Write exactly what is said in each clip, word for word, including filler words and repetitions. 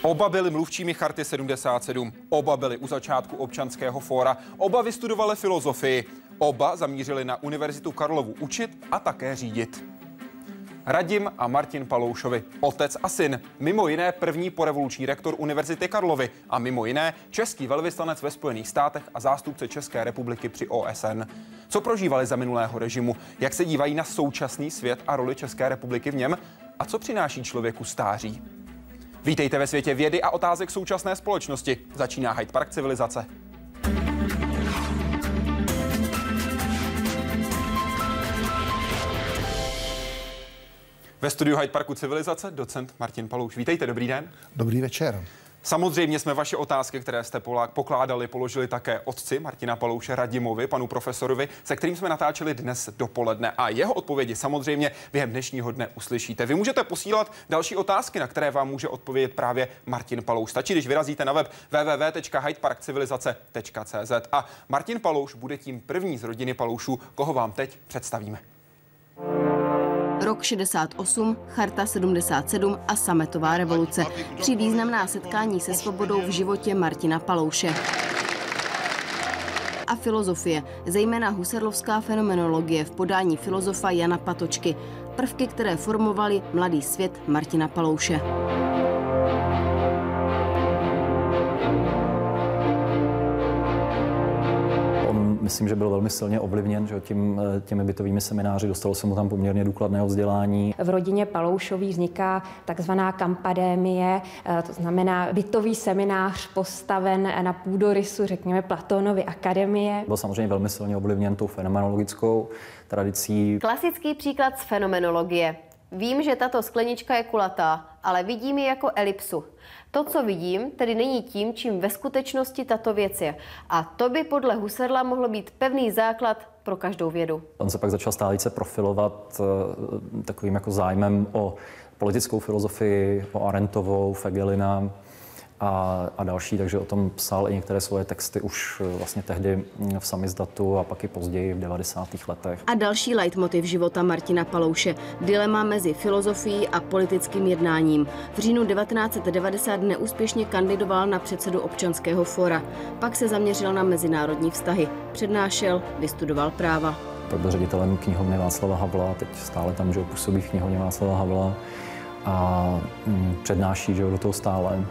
Oba byli mluvčími Charty sedmdesát sedm, oba byli u začátku Občanského fóra, oba vystudovali filozofii, oba zamířili na Univerzitu Karlovu učit a také řídit. Radim a Martin Paloušovi, otec a syn, mimo jiné první porevoluční rektor Univerzity Karlovy a mimo jiné český velvyslanec ve Spojených státech a zástupce České republiky při O S N. Co prožívali za minulého režimu, jak se dívají na současný svět a roli České republiky v něm a co přináší člověku stáří. Vítejte ve světě vědy a otázek současné společnosti. Začíná Hyde Park civilizace. Ve studiu Hyde Parku civilizace docent Martin Palouš. Vítejte, dobrý den. Dobrý večer. Samozřejmě jsme vaše otázky, které jste pokládali, položili také otci Martina Palouše, Radimovi, panu profesorovi, se kterým jsme natáčeli dnes dopoledne. A jeho odpovědi samozřejmě během dnešního dne uslyšíte. Vy můžete posílat další otázky, na které vám může odpovědět právě Martin Palouš. Stačí, když vyrazíte na web w w w tečka hyde park civilizace tečka c z. A Martin Palouš bude tím první z rodiny Paloušů, koho vám teď představíme. Rok šedesát osm, Charta sedmdesát sedm a sametová revoluce. Tři významná setkání se svobodou v životě Martina Palouše. A filozofie, zejména husserlovská fenomenologie v podání filozofa Jana Patočky. Prvky, které formovaly mladý svět Martina Palouše. Myslím, že byl velmi silně ovlivněn že, tím, těmi bytovými semináři, dostalo se mu tam poměrně důkladného vzdělání. V rodině Paloušových vzniká takzvaná kampadémie, to znamená bytový seminář postaven na půdorysu, řekněme, Platónovy akademie. Byl samozřejmě velmi silně ovlivněn tou fenomenologickou tradicí. Klasický příklad z fenomenologie. Vím, že tato sklenička je kulatá, ale vidím ji jako elipsu. To, co vidím, tedy není tím, čím ve skutečnosti tato věc je. A to by podle Husserla mohlo být pevný základ pro každou vědu. On se pak začal stále více profilovat takovým jako zájmem o politickou filozofii, o Arendtovou, Fegelina a, a další, takže o tom psal i některé svoje texty už vlastně tehdy v samizdatu a pak i později v devadesátých letech. A další leitmotiv života Martina Palouše, dilema mezi filozofií a politickým jednáním. V říjnu devatenáct set devadesát neúspěšně kandidoval na předsedu Občanského fóra. Pak se zaměřil na mezinárodní vztahy. Přednášel, vystudoval práva. Pak byl ředitelem knihovny Václava Havla, teď stále tam, že působí v knihovně Václava Havla a mm, přednáší, že do toho stále.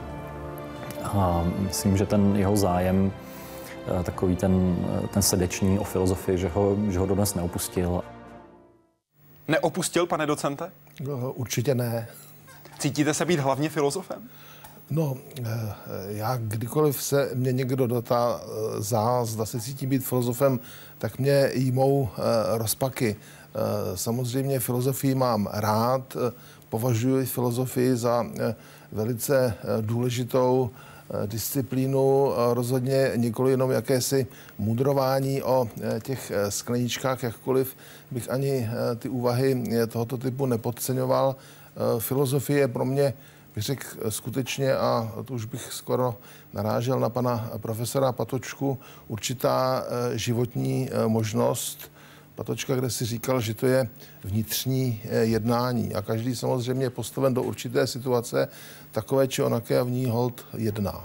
A myslím, že ten jeho zájem, takový ten, ten srdeční o filozofii, že ho, že ho dodnes neopustil. Neopustil, pane docente? No, určitě ne. Cítíte se být hlavně filozofem? No, já kdykoliv se mě někdo dotázá, zda se cítím být filozofem, tak mě jímou rozpaky. Samozřejmě filozofii mám rád, považuji filozofii za velice důležitou disciplínu, rozhodně nikoli jenom jakési mudrování o těch skleničkách, jakkoliv bych ani ty úvahy tohoto typu nepodceňoval. Filozofie je pro mě, bych řekl skutečně, a to už bych skoro narážel na pana profesora Patočku, určitá životní možnost. Patočka, kde si říkal, že to je vnitřní jednání a každý samozřejmě je postaven do určité situace takové či onaké a v ní holt jedná.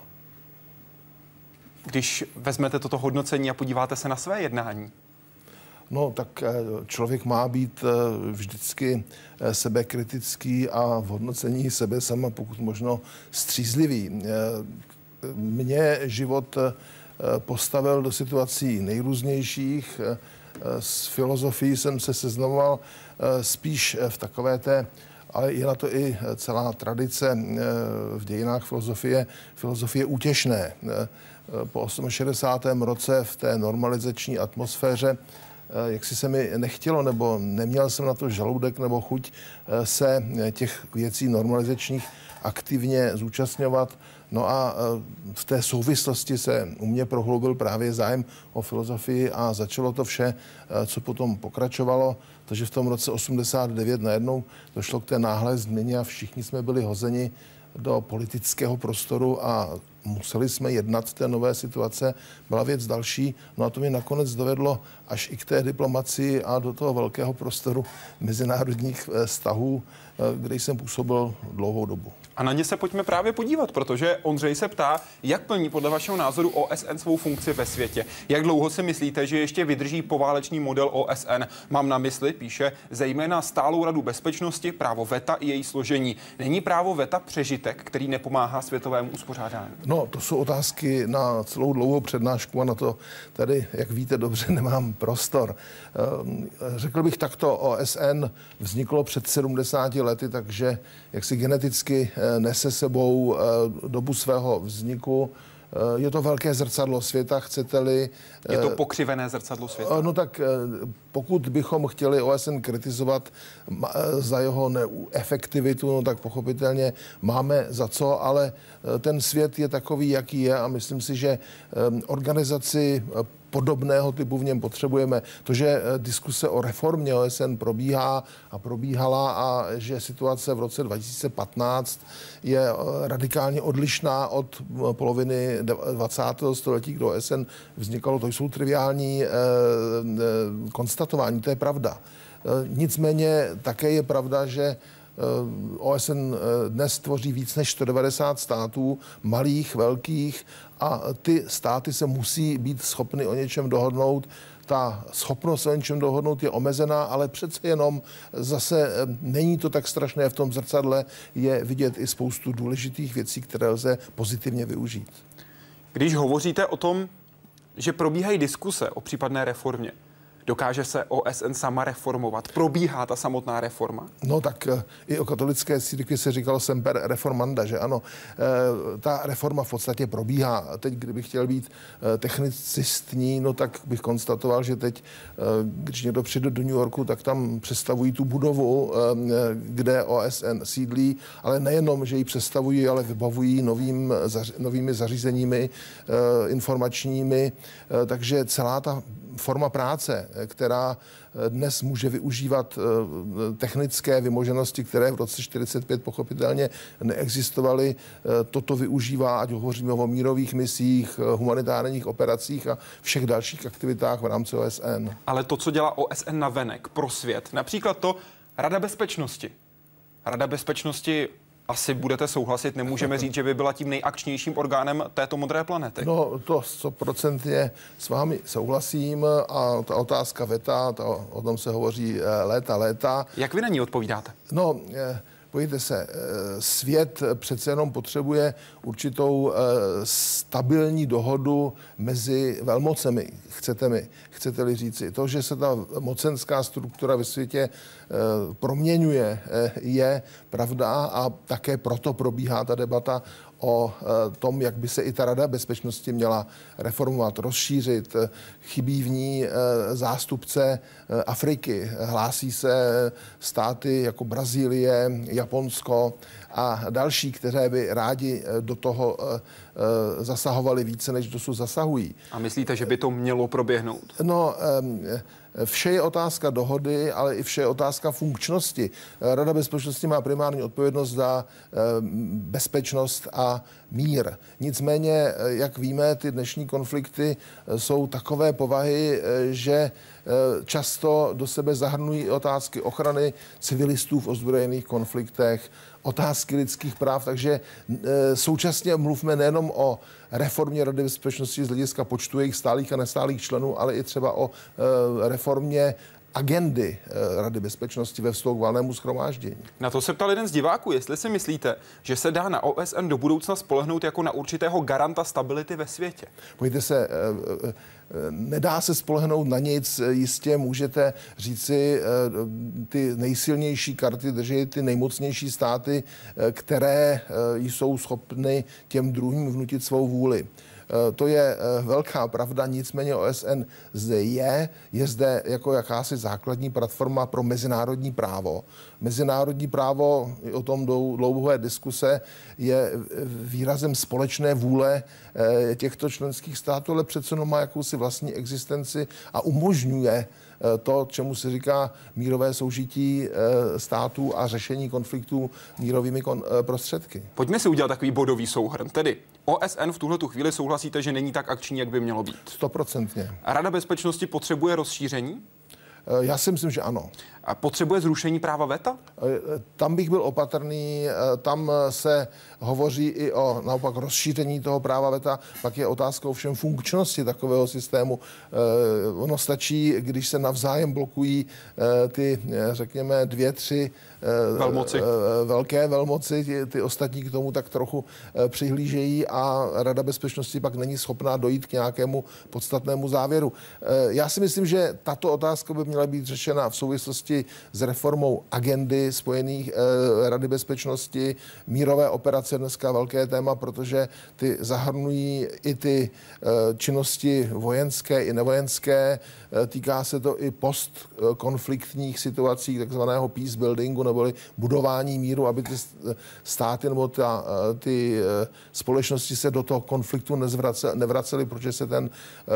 Když vezmete toto hodnocení a podíváte se na své jednání? No, tak člověk má být vždycky sebekritický a v hodnocení sebe sama pokud možno střízlivý. Mě život postavil do situací nejrůznějších. S filozofií jsem se seznamoval spíš v takové té, ale je na to i celá tradice v dějinách filozofie, filozofie útěšné. Po šedesátém osmém roce v té normalizační atmosféře, jak si se mi nechtělo, nebo neměl jsem na to žaludek nebo chuť se těch věcí normalizačních aktivně zúčastňovat. No a v té souvislosti se u mě prohloubil právě zájem o filozofii a začalo to vše, co potom pokračovalo. Takže v tom roce osmdesát devět najednou došlo k té náhlé změně a všichni jsme byli hozeni do politického prostoru a museli jsme jednat z té nové situace, byla věc další. No a to mě nakonec dovedlo až i k té diplomacii a do toho velkého prostoru mezinárodních vztahů, kde jsem působil dlouhou dobu. A na ně se pojďme právě podívat, protože Ondřej se ptá, jak plní podle vašeho názoru O S N svou funkci ve světě. Jak dlouho si myslíte, že ještě vydrží poválečný model O S N? Mám na mysli, píše, zejména stálou radu bezpečnosti, právo veta i její složení. Není právo veta přežitek, který nepomáhá světovému uspořádání? No, to jsou otázky na celou dlouhou přednášku a na to tady, jak víte dobře, nemám prostor. Řekl bych takto, O S N vzniklo před sedmdesáti lety, takže jak si geneticky nese sebou dobu svého vzniku. Je to velké zrcadlo světa, chcete-li. Je to pokřivené zrcadlo světa? No tak pokud bychom chtěli O S N kritizovat za jeho neefektivitu, no tak pochopitelně máme za co, ale ten svět je takový, jaký je a myslím si, že organizaci podobného typu v něm potřebujeme. To, že diskuse o reformě O S N probíhá a probíhala a že situace v roce dva tisíce patnáct je radikálně odlišná od poloviny dvacátého století, kdy O S N vznikalo, to jsou triviální eh, eh, konstatování, to je pravda. Eh, nicméně také je pravda, že O S N dnes tvoří víc než sto devadesát států, malých, velkých, a ty státy se musí být schopny o něčem dohodnout. Ta schopnost o něčem dohodnout je omezená, ale přece jenom zase není to tak strašné v tom zrcadle, je vidět i spoustu důležitých věcí, které lze pozitivně využít. Když hovoříte o tom, že probíhají diskuse o případné reformě, dokáže se O S N sama reformovat? Probíhá ta samotná reforma? No tak i o katolické církvi se říkalo semper reformanda, že ano. E, ta reforma v podstatě probíhá. A teď, kdybych chtěl být technicistní, no tak bych konstatoval, že teď, když někdo přijde do New Yorku, tak tam přestavují tu budovu, kde O S N sídlí, ale nejenom, že ji přestavují, ale vybavují novým, novými zařízeními informačními, takže celá ta forma práce, která dnes může využívat technické vymoženosti, které v roce čtyřicet pět pochopitelně neexistovaly. Toto využívá, ať hovoříme o mírových misích, humanitárních operacích a všech dalších aktivitách v rámci O S N. Ale to, co dělá O S N navenek pro svět, například to Rada bezpečnosti. Rada bezpečnosti, asi budete souhlasit, nemůžeme říct, že by byla tím nejakčnějším orgánem této modré planety. No to stoprocentně s vámi souhlasím a ta otázka veta, ta, o tom se hovoří léta, léta. Jak vy na ní odpovídáte? No, podívejte se, svět přece jenom potřebuje určitou stabilní dohodu mezi velmocemi, chcete-li, chcete-li říci. To, že se ta mocenská struktura ve světě proměňuje, je pravda a také proto probíhá ta debata o tom, jak by se i ta Rada bezpečnosti měla reformovat, rozšířit. Chybí v ní zástupce Afriky. Hlásí se státy jako Brazílie, Japonsko a další, které by rádi do toho zasahovali více, než dosud zasahují. A myslíte, že by to mělo proběhnout? No, vše je otázka dohody, ale i vše je otázka funkčnosti. Rada bezpečnosti má primární odpovědnost za bezpečnost a mír. Nicméně, jak víme, ty dnešní konflikty jsou takové povahy, že často do sebe zahrnují otázky ochrany civilistů v ozbrojených konfliktech, otázky lidských práv, takže současně mluvme nejenom o reformě Rady bezpečnosti z hlediska počtu jejich stálých a nestálých členů, ale i třeba o reformě agendy Rady bezpečnosti ve vztahu k valnému shromáždění. Na to se ptal jeden z diváků, jestli si myslíte, že se dá na O S N do budoucna spolehnout jako na určitého garanta stability ve světě. Pojďte se, nedá se spolehnout na nic, jistě můžete říci, ty nejsilnější karty drží ty nejmocnější státy, které jsou schopny těm druhým vnutit svou vůli. To je velká pravda, nicméně O S N zde je, je zde jako jakási základní platforma pro mezinárodní právo. Mezinárodní právo, o tom dlouhé diskuse, je výrazem společné vůle těchto členských států, ale přece jenom má jakousi vlastní existenci a umožňuje to, čemu se říká mírové soužití států a řešení konfliktů mírovými kon- prostředky. Pojďme si udělat takový bodový souhrn, tedy O S N v tuhletu chvíli souhlasíte, že není tak akční, jak by mělo být? Stoprocentně. Rada bezpečnosti potřebuje rozšíření? Já si myslím, že ano. A potřebuje zrušení práva veta? Tam bych byl opatrný, tam se hovoří i o naopak rozšíření toho práva veta, pak je otázkou všem funkčnosti takového systému. Ono stačí, když se navzájem blokují ty, řekněme, dvě, tři velmoci. velké velmoci, ty, ty ostatní k tomu tak trochu přihlížejí a Rada bezpečnosti pak není schopná dojít k nějakému podstatnému závěru. Já si myslím, že tato otázka by měla být řešena v souvislosti s reformou agendy Spojených eh, Rady bezpečnosti. Mírové operace dneska velké téma, protože ty zahrnují i ty eh, činnosti vojenské i nevojenské. Eh, týká se to i postkonfliktních situací, takzvaného peace buildingu, neboli budování míru, aby ty státy nebo ta, ty eh, společnosti se do toho konfliktu nevracely, protože se ten,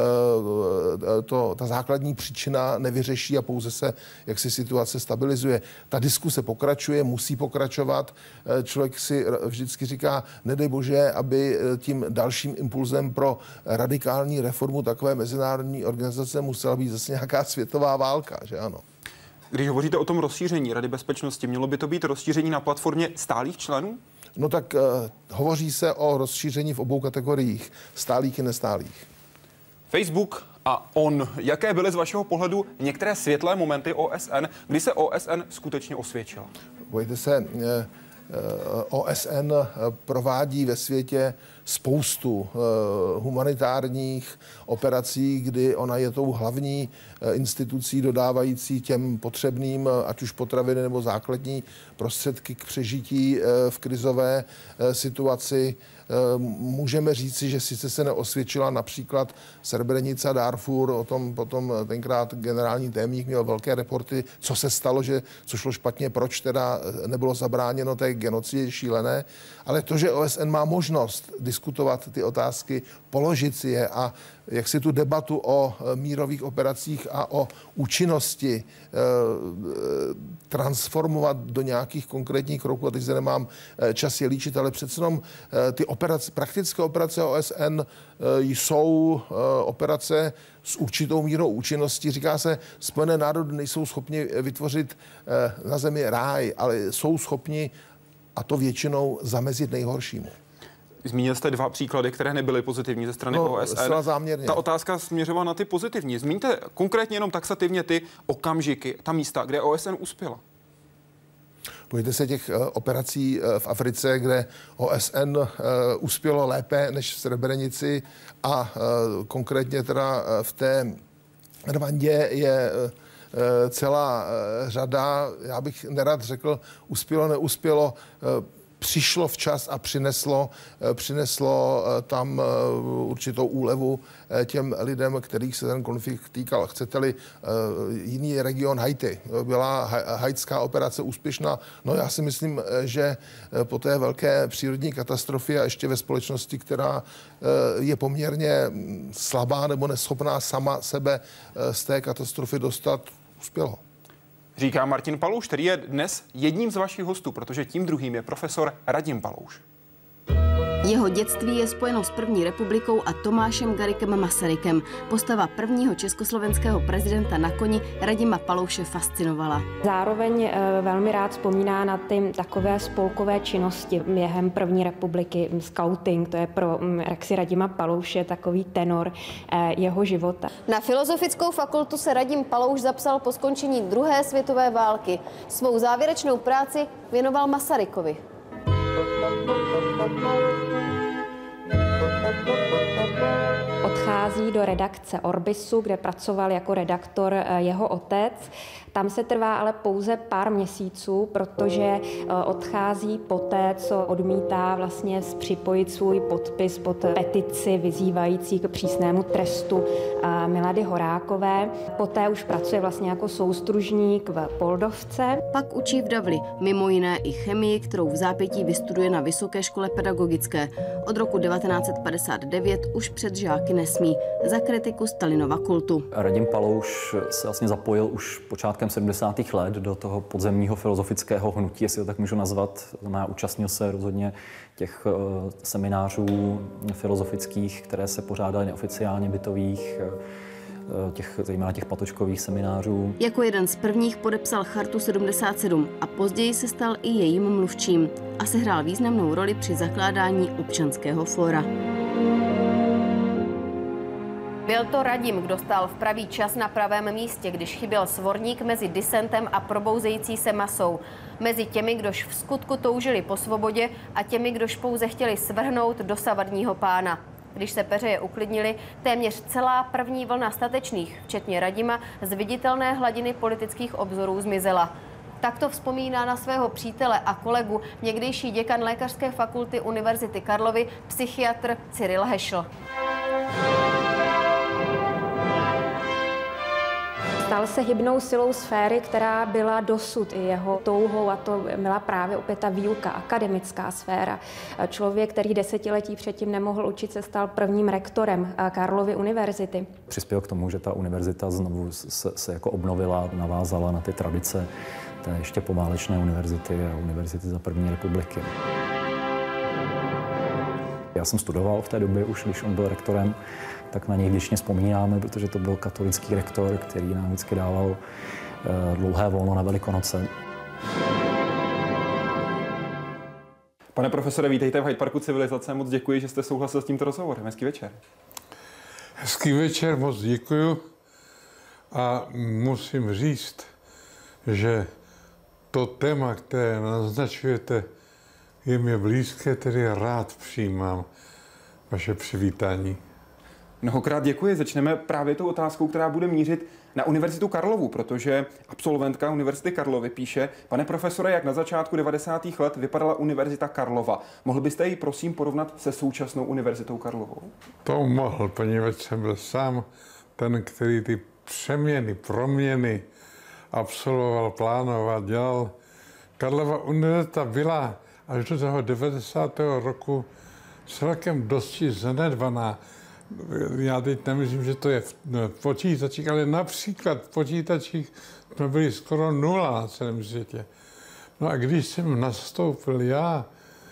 eh, to, ta základní příčina nevyřeší a pouze se jaksi situace stabilizuje. Ta diskuse pokračuje, musí pokračovat. Člověk si vždycky říká, nedej bože, aby tím dalším impulzem pro radikální reformu takové mezinárodní organizace musela být zase nějaká světová válka, že ano. Když hovoříte o tom rozšíření Rady bezpečnosti, mělo by to být rozšíření na platformě stálých členů? No tak uh, hovoří se o rozšíření v obou kategoriích, stálých i nestálých. Facebook a on. Jaké byly z vašeho pohledu některé světlé momenty O S N, kdy se O S N skutečně osvědčila? Bojte se, O S N provádí ve světě spoustu humanitárních operací, kdy ona je tou hlavní institucí dodávající těm potřebným, ať už potraviny nebo základní prostředky k přežití v krizové situaci. Můžeme říci, že sice se neosvědčila například Srebrenica, Darfur, o tom potom tenkrát generální tajemník měl velké reporty, co se stalo, že, co šlo špatně, proč teda nebylo zabráněno té genocidě šílené, ale to, že O S N má možnost diskutovat ty otázky, položit si je a jak si tu debatu o mírových operacích a o účinnosti eh, transformovat do nějakých konkrétních kroků, a teď se nemám čas je líčit, ale přece jenom eh, ty operace, praktické operace O S N eh, jsou eh, operace s určitou mírou účinnosti. Říká se, Spojené národy nejsou schopni vytvořit eh, na zemi ráj, ale jsou schopni, a to většinou, zamezit nejhoršímu. Zmínil jste dva příklady, které nebyly pozitivní ze strany no, O S N. Záměrně. Ta otázka směřovala na ty pozitivní. Zmíňte konkrétně jenom taxativně ty okamžiky, ta místa, kde O S N uspěla. Pojďte se těch uh, operací uh, v Africe, kde O S N uh, uspělo lépe než v Srebrenici a uh, konkrétně teda uh, v té Rwandě je uh, celá uh, řada, já bych nerad řekl, uspělo, neuspělo, uh, přišlo včas a přineslo, přineslo tam určitou úlevu těm lidem, kterých se ten konflikt týkal. Chcete-li jiný region Haiti, byla haitská operace úspěšná? No já si myslím, že po té velké přírodní katastrofě a ještě ve společnosti, která je poměrně slabá nebo neschopná sama sebe z té katastrofy dostat, uspělo. Říká Martin Palouš, který je dnes jedním z vašich hostů, protože tím druhým je profesor Radim Palouš. Jeho dětství je spojeno s první republikou a Tomášem Garriguem Masarykem. Postava prvního československého prezidenta na koni Radima Palouše fascinovala. Zároveň velmi rád vzpomíná na ty takové spolkové činnosti během první republiky. Scouting, to je pro Rexy Radima Palouše takový tenor jeho života. Na Filozofickou fakultu se Radim Palouš zapsal po skončení druhé světové války. Svou závěrečnou práci věnoval Masarykovi. Odchází do redakce Orbisu, kde pracoval jako redaktor jeho otec. Tam se trvá ale pouze pár měsíců, protože odchází poté, co odmítá vlastně připojit svůj podpis pod petici vyzývající k přísnému trestu Milady Horákové. Poté už pracuje vlastně jako soustružník v Poldovce. Pak učí v Davli, mimo jiné i chemii, kterou v zápětí vystuduje na Vysoké škole pedagogické. Od roku devatenáct set padesát devět už před žáky taky nesmí. Za kritiku Stalinova kultu. Radim Palouš se vlastně zapojil už počátkem sedmdesátých let do toho podzemního filozofického hnutí, jestli to tak můžu nazvat. Znamená, účastnil se rozhodně těch uh, seminářů filozofických, které se pořádaly neoficiálně, bytových, uh, těch, zejména těch patočkových seminářů. Jako jeden z prvních podepsal Chartu sedmdesát sedm a později se stal i jejím mluvčím a sehrál významnou roli při zakládání Občanského fóra. Byl to Radim, kdo stál v pravý čas na pravém místě, když chyběl svorník mezi disentem a probouzející se masou. Mezi těmi, kdož v skutku toužili po svobodě a těmi, kdož pouze chtěli svrhnout dosavadního pána. Když se peřeje uklidnili, téměř celá první vlna statečných, včetně Radima, z viditelné hladiny politických obzorů zmizela. Takto vzpomíná na svého přítele a kolegu někdejší děkan Lékařské fakulty Univerzity Karlovy, psychiatr Cyril Hešl. Stal se hybnou silou sféry, která byla dosud i jeho touhou, a to byla právě opět ta výuka, akademická sféra. Člověk, který desetiletí předtím nemohl učit, se stal prvním rektorem Karlovy univerzity. Přispěl k tomu, že ta univerzita znovu se, se jako obnovila, navázala na ty tradice té ještě poválečné univerzity a univerzity za první republiky. Já jsem studoval v té době už, když on byl rektorem, tak na něj vděčně vzpomínáme, protože to byl katolický rektor, který nám vždycky dával dlouhé volno na Velikonoce. Pane profesore, vítejte v Hyde Parku civilizace. Moc děkuji, že jste souhlasil s tímto rozhovorem. Hezký večer. Hezký večer, moc děkuju. A musím říct, že to téma, které naznačujete, je mi blízké, tedy rád přijímám vaše přivítání. Mnohokrát děkuji. Začneme právě tou otázkou, která bude mířit na Univerzitu Karlovu, protože absolventka Univerzity Karlovy píše: pane profesore, jak na začátku devadesátých let vypadala Univerzita Karlova? Mohl byste ji prosím porovnat se současnou Univerzitou Karlovou? To mohl, poněvadž jsem byl sám ten, který ty přeměny, proměny absolvoval, plánoval, dělal. Karlova univerzita byla až do toho devadesátého roku celkem dosti zanedbaná. Já teď nemyslím, že to je v počítačích, ale například v počítačích jsme byli skoro nula na celém světě. No a když jsem nastoupil já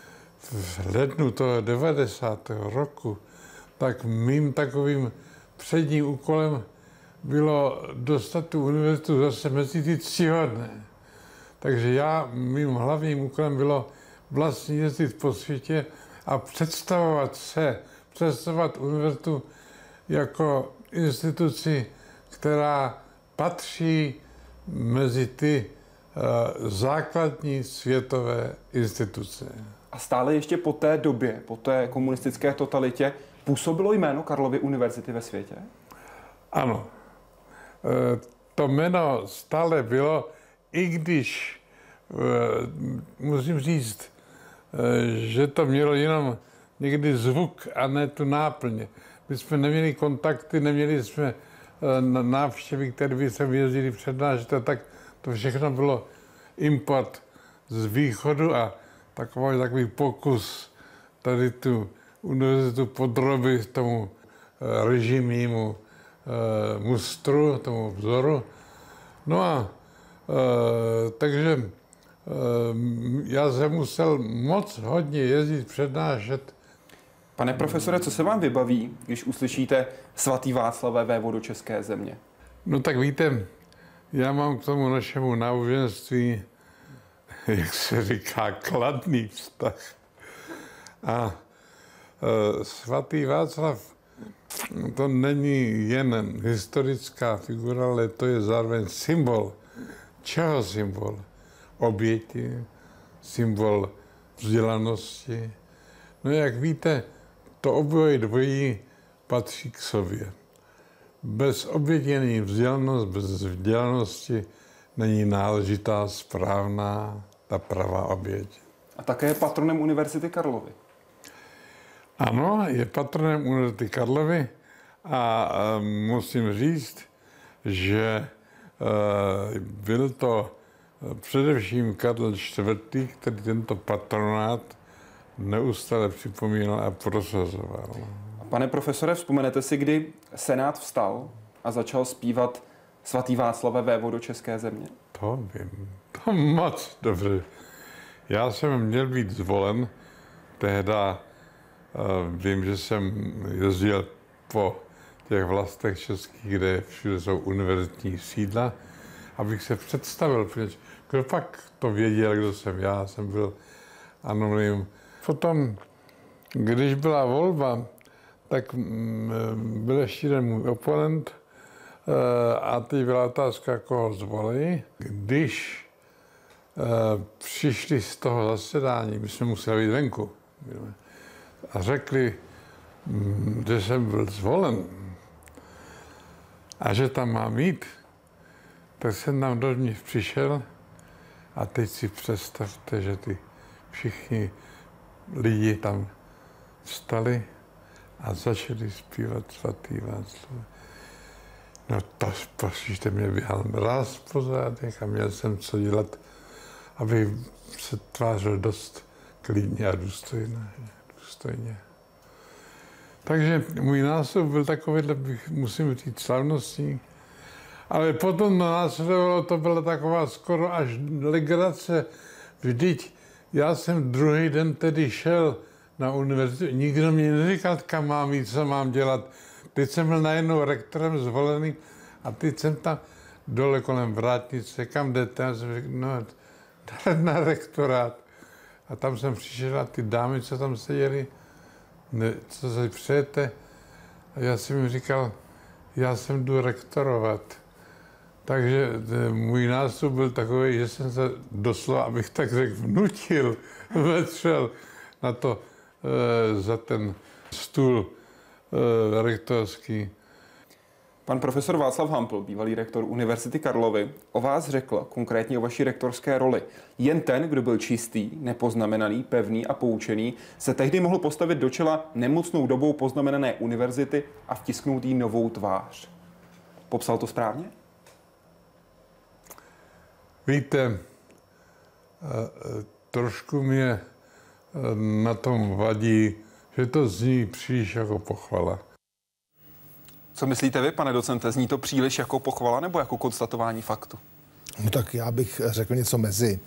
v lednu toho devadesátého roku, tak mým takovým předním úkolem bylo dostat tu univerzitu zase mezi ty ctihodné. Takže já, mým hlavním úkolem bylo vlastně jezdit po světě a představovat se, představovat univerzitu jako instituci, která patří mezi ty uh, základní světové instituce. A stále ještě po té době, po té komunistické totalitě, působilo jméno Karlovy univerzity ve světě? Ano. E, to jméno stále bylo, i když e, musím říct, e, že to mělo jenom někdy zvuk a ne tu náplň. My jsme neměli kontakty, neměli jsme e, návštěvy, které by se vyjezdili přednášet, tak to všechno bylo import z východu a takový, takový pokus tady tu univerzitu podrobit tomu e, režimnímu e, mustru, tomu vzoru. No a e, takže e, já jsem musel moc hodně jezdit, přednášet. Pane profesore, co se vám vybaví, když uslyšíte svatý Václavé vévodo české země? No tak víte, já mám k tomu našemu náboženství, jak se říká, kladný vztah. A e, svatý Václav, to není jen historická figura, ale to je zároveň symbol. Čeho symbol? Oběti, symbol vzdělanosti. No jak víte, to oboje dvojí patří k sobě. Bez oběti není vzdělanost, bez vzdělanosti není náležitá, správná, ta pravá oběť. A také je patronem Univerzity Karlovy. Ano, je patronem Univerzity Karlovy a musím říct, že byl to především Karel čtvrtý, který tento patronát neustále připomínal a prosazoval. Pane profesore, vzpomenete si, kdy Senát vstal a začal zpívat Svatý Václave, vévodo české země? To vím, to moc dobře. Já jsem měl být zvolen, tehda uh, vím, že jsem jezdil po těch vlastech českých, kde všude jsou univerzitní sídla, abych se představil, protože kdo pak to věděl, kdo jsem já, jsem byl anonym. Potom, když byla volba, tak mm, byl ještě jeden můj oponent uh, a teď byla otázka, koho zvolí. Když uh, přišli z toho zasedání, my jsme museli být venku, a řekli, mm, že jsem byl zvolen a že tam mám jít, tak jsem tam dovnitř přišel a teď si představte, že ty všichni lidi tam vstali a začali zpívat Svatý Václav. No to prosíšte, mě běhal mráz po zádech a měl jsem co dělat, aby se tvářil dost klidně a důstojně. důstojně. Takže můj nástup byl takovýhle, musím říct, slavnostní. Ale potom následovalo, to byla taková skoro až legrace. Vždyť já jsem druhý den tedy šel na univerzitu. Nikdo mě neříkal, kam mám jít, co mám dělat. Teď jsem byl najednou rektorem zvolený a teď jsem tam dole kolem vrátnice, kam jdete? Já jsem řekl, no, na rektorát. A tam jsem přišel a ty dámy, co tam seděli, ne, co se přejete? A já jsem jim říkal, já jsem jdu rektorovat. Takže můj nástup byl takový, že jsem se doslova, abych tak řekl, vnutil, vetřel na to, e, za ten stůl e, rektorský. Pan profesor Václav Hampl, bývalý rektor Univerzity Karlovy, o vás řekl, konkrétně o vaší rektorské roli. Jen ten, kdo byl čistý, nepoznamenaný, pevný a poučený, se tehdy mohl postavit do čela nemocnou dobou poznamenané univerzity a vtisknout jí novou tvář. Popsal to správně? Víte, trošku mě na tom vadí, že to zní příliš jako pochvala. Co myslíte vy, pane docente? Zní to příliš jako pochvala nebo jako konstatování faktu? No tak já bych řekl něco mezi.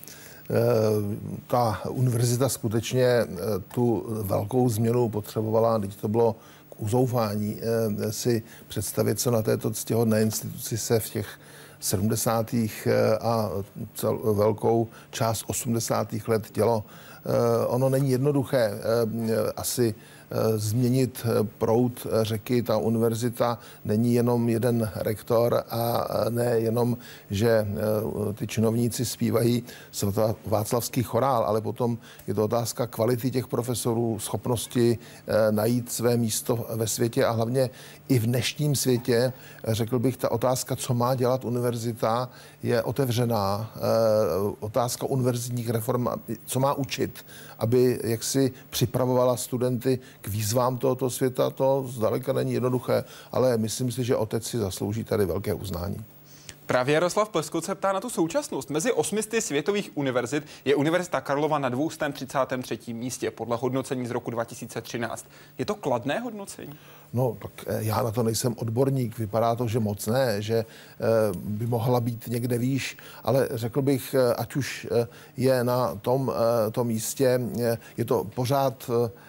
Ta univerzita skutečně tu velkou změnu potřebovala, teď to bylo k uzoufání si představit, co na této ctihodné instituci se v těch sedmdesátých a cel, velkou část osmdesátých let dělo. Ono není jednoduché asi změnit proud řeky. Ta univerzita není jenom jeden rektor a ne jenom, že ty činovníci zpívají václavský chorál, ale potom je to otázka kvality těch profesorů, schopnosti najít své místo ve světě a hlavně i v dnešním světě, řekl bych, ta otázka, co má dělat univerzita, je otevřená. Otázka univerzitních reform, co má učit, aby jaksi připravovala studenty k výzvám tohoto světa, to zdaleka není jednoduché, ale myslím si, že otec si zaslouží tady velké uznání. Právě Jaroslav Pleskot se ptá na tu současnost. Mezi osmisty světových univerzit je Univerzita Karlova na dvě stě třicátém třetím místě podle hodnocení z roku dva tisíce třináct. Je to kladné hodnocení? No, tak já na to nejsem odborník, vypadá to, že moc ne, že by mohla být někde výš, ale řekl bych, ať už je na tom, tom místě, je to pořád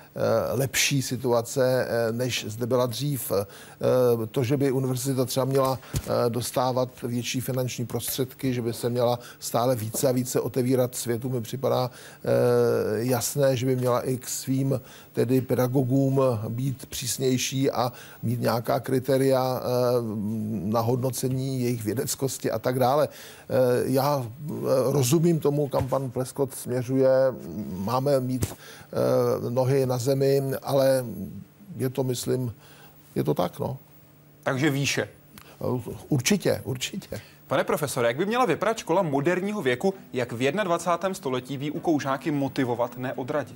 lepší situace, než zde byla dřív. To, že by univerzita třeba měla dostávat větší finanční prostředky, že by se měla stále více a více otevírat světu, mi připadá jasné, že by měla i k svým tedy pedagogům být přísnější a mít nějaká kritéria na hodnocení jejich vědeckosti a tak dále. Já rozumím tomu, kam pan Pleskot směřuje. Máme mít nohy na zemi, ale je to, myslím, je to tak, no. Takže výše. Určitě, určitě. Pane profesore, jak by měla vypadat škola moderního věku, jak v dvacátém prvním století výukou žáky motivovat, ne odradit?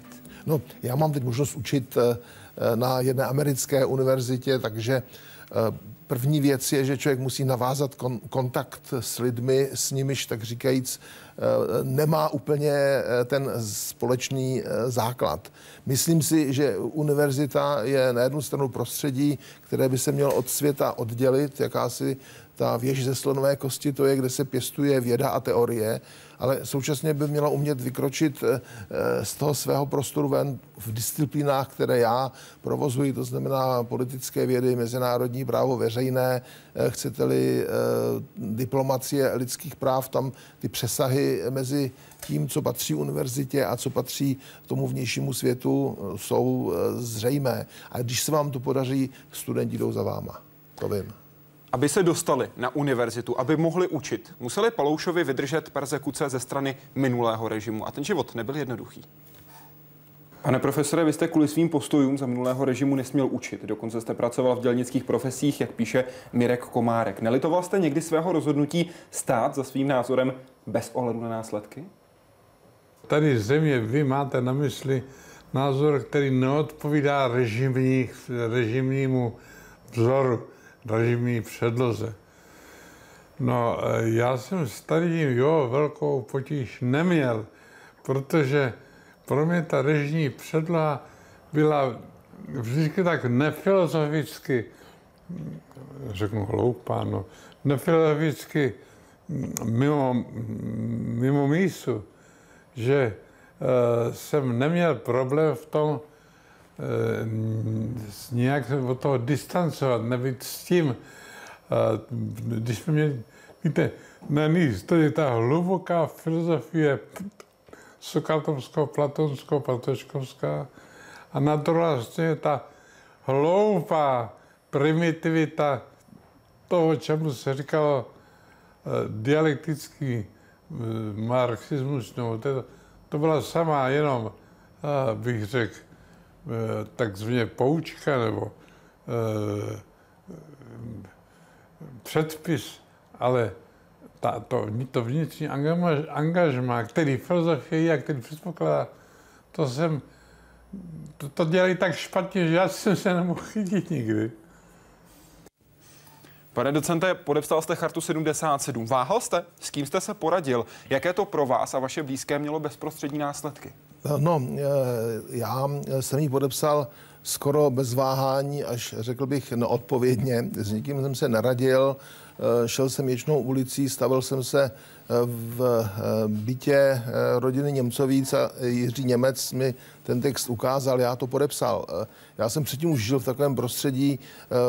No, já mám teď možnost učit na jedné americké univerzitě, takže první věc je, že člověk musí navázat kon- kontakt s lidmi, s nimiž, tak říkajíc, nemá úplně ten společný základ. Myslím si, že univerzita je na jednu stranu prostředí, které by se mělo od světa oddělit, jakási ta věž ze slonové kosti, to je, kde se pěstuje věda a teorie, ale současně by měla umět vykročit z toho svého prostoru ven v disciplínách, které já provozuji, to znamená politické vědy, mezinárodní právo veřejné, chcete-li diplomacie lidských práv, tam ty přesahy mezi tím, co patří univerzitě a co patří tomu vnějšímu světu, jsou zřejmé. A když se vám to podaří, studenti jdou za váma. To vím. Aby se dostali na univerzitu, aby mohli učit, museli Paloušovi vydržet perzekuce ze strany minulého režimu. A ten život nebyl jednoduchý. Pane profesore, vy jste kvůli svým postojům za minulého režimu nesměl učit. Dokonce jste pracoval v dělnických profesích, jak píše Mirek Komárek. Nelitoval jste někdy svého rozhodnutí stát za svým názorem bez ohledu na následky? Tady země vy máte na mysli názor, který neodpovídá režimní, režimnímu vzoru, režimní předloze. No, já jsem s tady jo velkou potíž neměl, protože pro mě ta režimní předloha byla vždycky tak nefilozoficky, řeknu hloupá, no, nefilozoficky mimo, mimo mísu, že uh, jsem neměl problém v tom uh, nějak od toho distancovat, nebýt s tím. Uh, když jsme měli, víte, na níž, to je ta hluboká filozofie sokratovská, platonská, patočkovská a na druhé straně ta hloupá primitivita toho, čemu se říkalo uh, dialektický uh, marxismus, no, to, to byla sama jenom, uh, bych řekl, uh, takzvaně poučka nebo uh, předpis, ale ta, to, to vnitřní angažmá, který filozofie a který předpokládá, to jsem, to, to dělají tak špatně, že já jsem se nemohl chytit nikdy. Pane docente, podepsal jste Chartu sedmdesát sedm. Váhal jste? S kým jste se poradil? Jaké to pro vás a vaše blízké mělo bezprostřední následky? No, já jsem ji podepsal skoro bez váhání, až řekl bych neodpovědně. S nikým jsem se neradil, šel jsem Ječnou ulicí, stavil jsem se v bytě rodiny Němcovíc a Jiří Němec mi ten text ukázal, já to podepsal. Já jsem předtím už žil v takovém prostředí,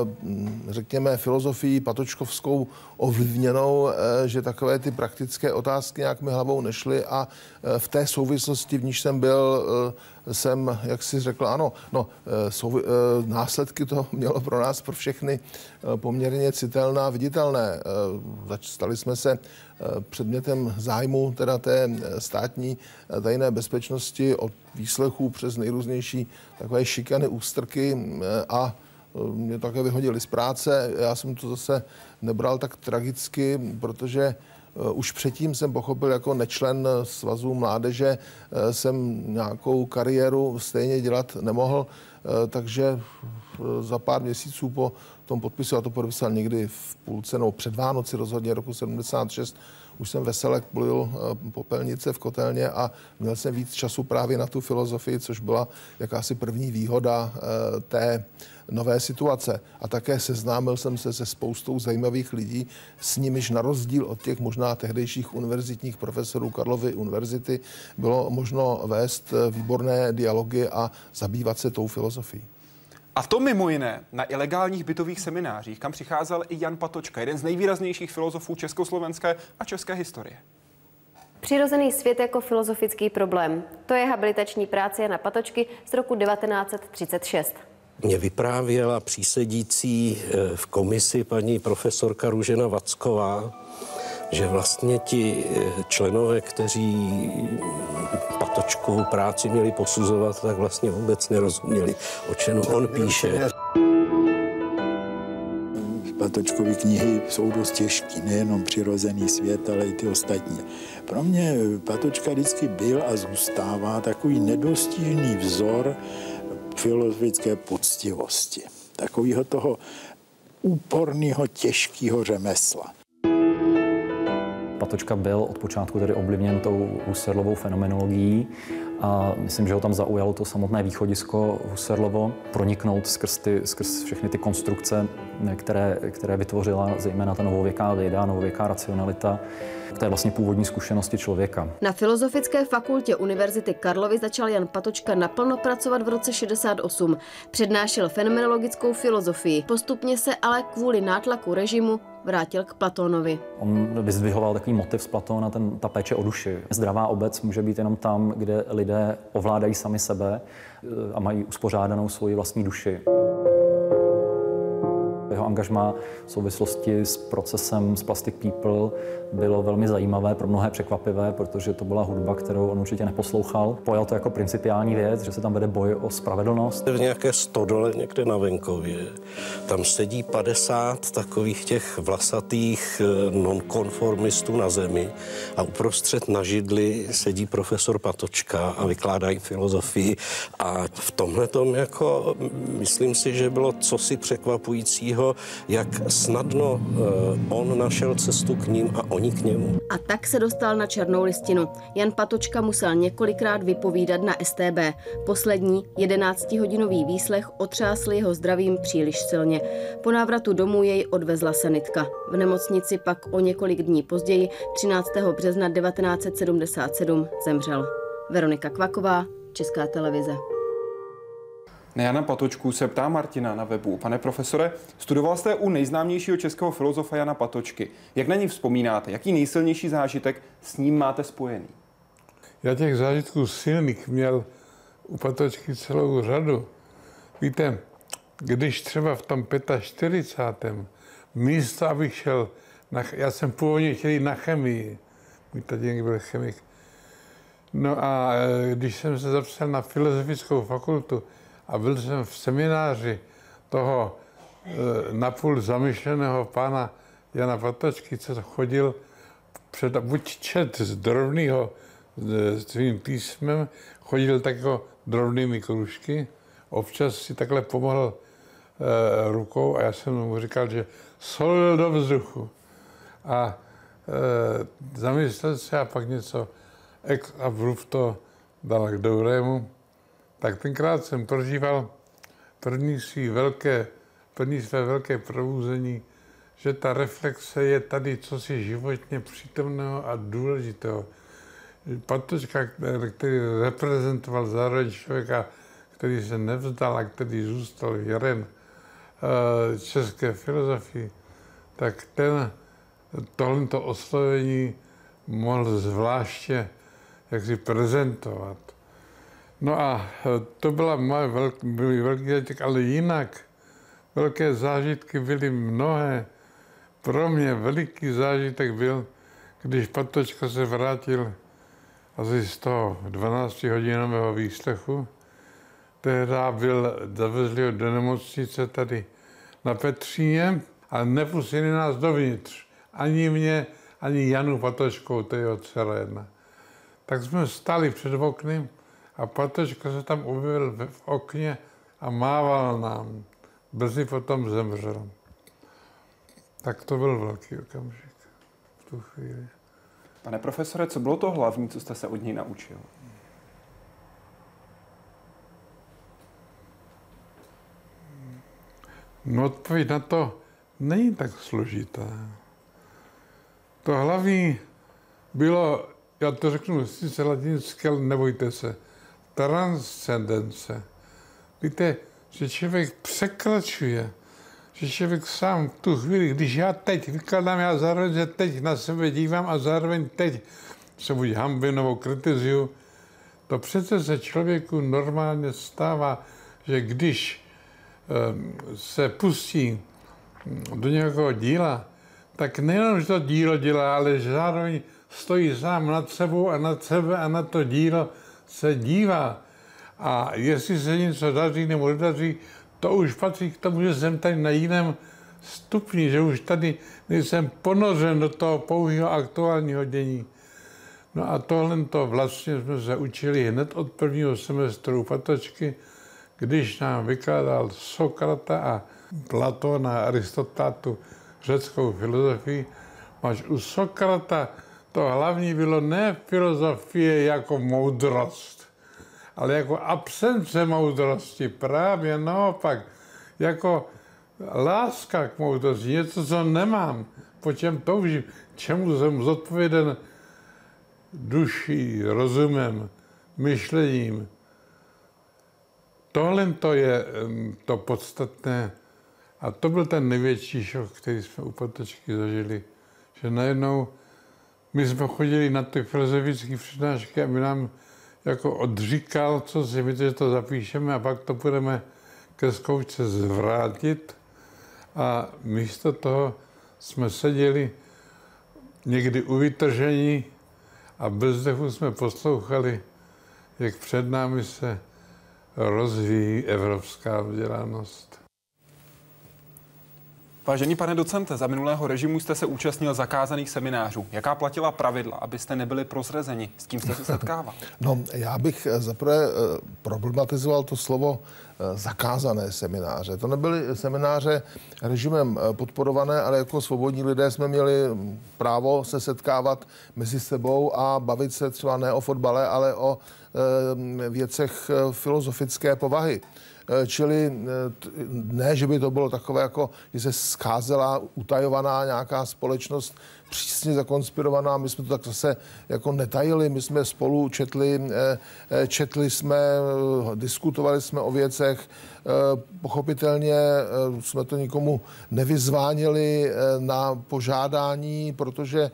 řekněme, filozofii patočkovskou ovlivněnou, že takové ty praktické otázky nějak mi hlavou nešly a v té souvislosti, v níž jsem byl, jsem, jak si řekl, ano, no, souvi- následky to mělo pro nás, pro všechny poměrně citelné a viditelné. Stali jsme se předmětem zájmu teda té státní tajné bezpečnosti od výslechů přes nejrůznější takové šikany, ústrky a mě také vyhodili z práce. Já jsem to zase nebral tak tragicky, protože už předtím jsem pochopil, jako nečlen Svazu mládeže jsem nějakou kariéru stejně dělat nemohl, takže za pár měsíců po tom podpisu, já to podepsal někdy v půlce, no před Vánoci rozhodně roku sedmdesát šest, už jsem vesele plul popelnice v kotelně a měl jsem víc času právě na tu filozofii, což byla jakási první výhoda té nové situace. A také seznámil jsem se se spoustou zajímavých lidí, s nimiž na rozdíl od těch možná tehdejších univerzitních profesorů Karlovy univerzity bylo možno vést výborné dialogy a zabývat se tou filozofií. A to mimo jiné na ilegálních bytových seminářích, kam přicházel i Jan Patočka, jeden z nejvýraznějších filozofů československé a české historie. Přirozený svět jako filozofický problém. To je habilitační práce Jana Patočky z roku devatenáct set třicet šest. Mě vyprávěla přísedící v komisi paní profesorka Růžena Vacková, že vlastně ti členové, kteří Patočkovu práci měli posuzovat, tak vlastně vůbec nerozuměli, o čem on píše. Patočkovy knihy jsou dost těžké, nejenom Přirozený svět, ale i ty ostatní. Pro mě Patočka vždycky byl a zůstává takový nedostižný vzor filozofické poctivosti. Takového toho úporného, těžkého řemesla. Patočka byl od počátku tedy ovlivněn tou Husserlovou fenomenologií a myslím, že ho tam zaujalo to samotné východisko Husserlovo, proniknout skrz, ty, skrz všechny ty konstrukce, které, které vytvořila zejména ta novověká věda, novověká racionalita, k té vlastně původní zkušenosti člověka. Na Filozofické fakultě Univerzity Karlovy začal Jan Patočka naplno pracovat v roce šedesát osm. Přednášel fenomenologickou filozofii. Postupně se ale kvůli nátlaku režimu vrátil k Platónovi. On vyzdvihoval takový motiv z Platóna, ten, ta péče o duši. Zdravá obec může být jenom tam, kde lidé ovládají sami sebe a mají uspořádanou svoji vlastní duši. Jeho angažmá v souvislosti s procesem z Plastic People bylo velmi zajímavé, pro mnohé překvapivé, protože to byla hudba, kterou on určitě neposlouchal. Pojal to jako principiální věc, že se tam vede boj o spravedlnost. V nějaké stodole někde na venkově, tam sedí padesát takových těch vlasatých nonkonformistů na zemi a uprostřed na židli sedí profesor Patočka a vykládá jim filozofii. A v tomhletom jako myslím si, že bylo cosi překvapujícího, jak snadno on našel cestu k ním a oni k němu. A tak se dostal na černou listinu. Jan Patočka musel několikrát vypovídat na S T B. Poslední jedenáctihodinový výslech otřásl jeho zdravím příliš silně. Po návratu domů jej odvezla sanitka. V nemocnici pak o několik dní později, třináctého března devatenáct set sedmdesát sedm, zemřel. Veronika Kvaková, Česká televize. Na Jana Patočku se ptá Martina na webu. Pane profesore, studoval jste u nejznámějšího českého filozofa Jana Patočky. Jak na ní vzpomínáte? Jaký nejsilnější zážitek s ním máte spojený? Já těch zážitků silných měl u Patočky celou řadu. Víte, když třeba v tom čtyřicátém místo, abych šel, na, já jsem původně chtěl jít na chemii, můj tatínek byl chemik. No a když jsem se zapsal na Filozofickou fakultu, a byl jsem v semináři toho e, napůl zamyšleného pána Jana Patočky, co chodil před, buď čet z drobného s svým písmem, chodil tak jako drobnými kružky, občas si takhle pomohl e, rukou a já jsem mu říkal, že solil do vzduchu. A e, zamyslel se a pak něco ex abrupto dal k dobrému. Tak tenkrát jsem prožíval první, svý velké, první své velké probuzení, že ta reflexe je tady cosi životně přítomného a důležitého. Patočka, který reprezentoval zároveň člověka, který se nevzdal a který zůstal věren české filozofii, tak ten tohleto oslovení mohl zvláště jaksi prezentovat. No a to byla moje velk, byly velký zážitek, ale jinak velké zážitky byly mnohé. Pro mě veliký zážitek byl, když Patočka se vrátil asi z toho dvanáctihodinového výslechu. Tehdy byl, zavezli ho do nemocnice tady na Petříně a nepustili nás dovnitř. Ani mě, ani Janu Patočkou, to je jeho dcera jedna. Tak jsme stáli před oknem a Patočka se tam objevil v okně a mával nám. Brzy potom zemřel. Tak to byl velký okamžik v tu chvíli. Pane profesore, co bylo to hlavní, co jste se od něj naučil? No, odpověď na to není tak složitá. To hlavní bylo, já to řeknu sice latinsky, ale nebojte se, transcendence. Víte, že člověk překračuje, že člověk sám v tu chvíli, když já teď vykladám, já zároveň že teď na sebe dívám a zároveň teď se buď hanbím nebo kritizuju, to přece se člověku normálně stává, že když se pustí do nějakého díla, tak nejenom, že to dílo dělá, ale že zároveň stojí sám nad sebou a nad sebe a na to dílo se dívá. A jestli se něco daří nebo nedaří, to už patří k tomu, že jsem tady na jiném stupni, že už tady nejsem ponořen do toho pouhého aktuálního dění. No a tohle to vlastně jsme se učili hned od prvního semestru Patočky, když nám vykládal Sokrata a Platona a Aristotátu řeckou filozofii. Máš u Sokrata to hlavní bylo ne filozofie jako moudrost, ale jako absence moudrosti, právě naopak, jako láska k moudrosti, něco, co nemám, po čem toužím, čemu jsem zodpověden duší, rozumem, myšlením. Tohle to je to podstatné a to byl ten největší šok, který jsme u Patočky zažili, že najednou my jsme chodili na ty filozofické přednášky a my nám jako odříkal, co si víte, že to zapíšeme a pak to budeme ke zkoušce zvrátit. A místo toho jsme seděli někdy u vytržení a bez dechu jsme poslouchali, jak před námi se rozvíjí evropská vzdělanost. Vážený pane docente, za minulého režimu jste se účastnil zakázaných seminářů. Jaká platila pravidla, abyste nebyli prozřezeni? S kým jste se setkával? No, já bych zaprvé problematizoval to slovo zakázané semináře. To nebyly semináře režimem podporované, ale jako svobodní lidé jsme měli právo se setkávat mezi sebou a bavit se třeba ne o fotbale, ale o věcech filozofické povahy. Čili ne, že by to bylo takové, jako že se scházela utajovaná nějaká společnost, přísně zakonspirovaná. My jsme to tak zase jako netajili, my jsme spolu četli, četli jsme, diskutovali jsme o věcech. Pochopitelně jsme to nikomu nevyzvánili na požádání, protože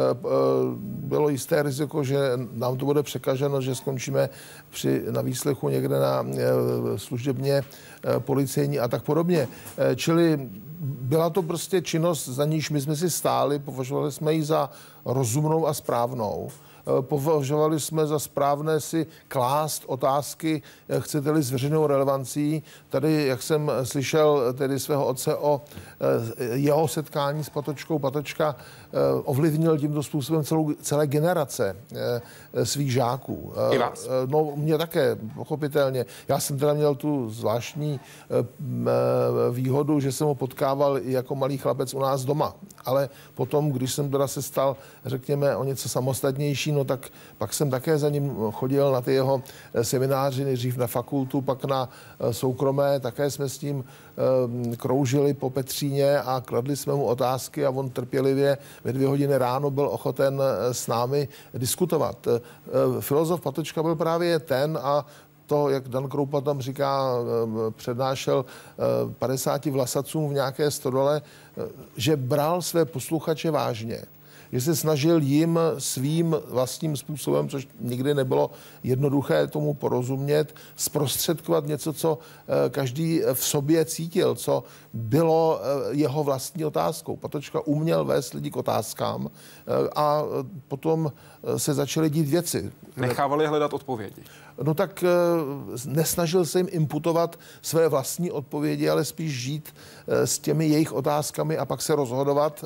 bylo jisté riziko, že nám to bude překaženo, že skončíme při, na výslechu někde na služebně policejní a tak podobně. Čili byla to prostě činnost, za níž my jsme si stáli, považovali jsme ji za rozumnou a správnou. Považovali jsme za správné si klást otázky, chcete-li s veřejnou relevancí. Tady, jak jsem slyšel tedy svého otce o jeho setkání s Patočkou, Patočka ovlivnil tímto způsobem celou, celé generace svých žáků. I vás? No, mě také, pochopitelně. Já jsem teda měl tu zvláštní výhodu, že jsem ho potkával i jako malý chlapec u nás doma. Ale potom, když jsem teda se stal, řekněme, o něco samostatnější, no tak pak jsem také za ním chodil na ty jeho semináři, nejdřív na fakultu, pak na soukromé, také jsme s ním kroužili po Petříně a kladli jsme mu otázky a on trpělivě ve dvě hodiny ráno byl ochoten s námi diskutovat. Filozof Patočka byl právě ten a to, jak Dan Kroupa tam říká, přednášel padesáti vlasacům v nějaké stodole, že bral své posluchače vážně. Že se snažil jim svým vlastním způsobem, což nikdy nebylo jednoduché tomu porozumět, zprostředkovat něco, co každý v sobě cítil, co bylo jeho vlastní otázkou. Patočka uměl vést lidi k otázkám a potom se začaly dít věci. Nechávali hledat odpovědi. No tak nesnažil se jim imputovat své vlastní odpovědi, ale spíš žít s těmi jejich otázkami a pak se rozhodovat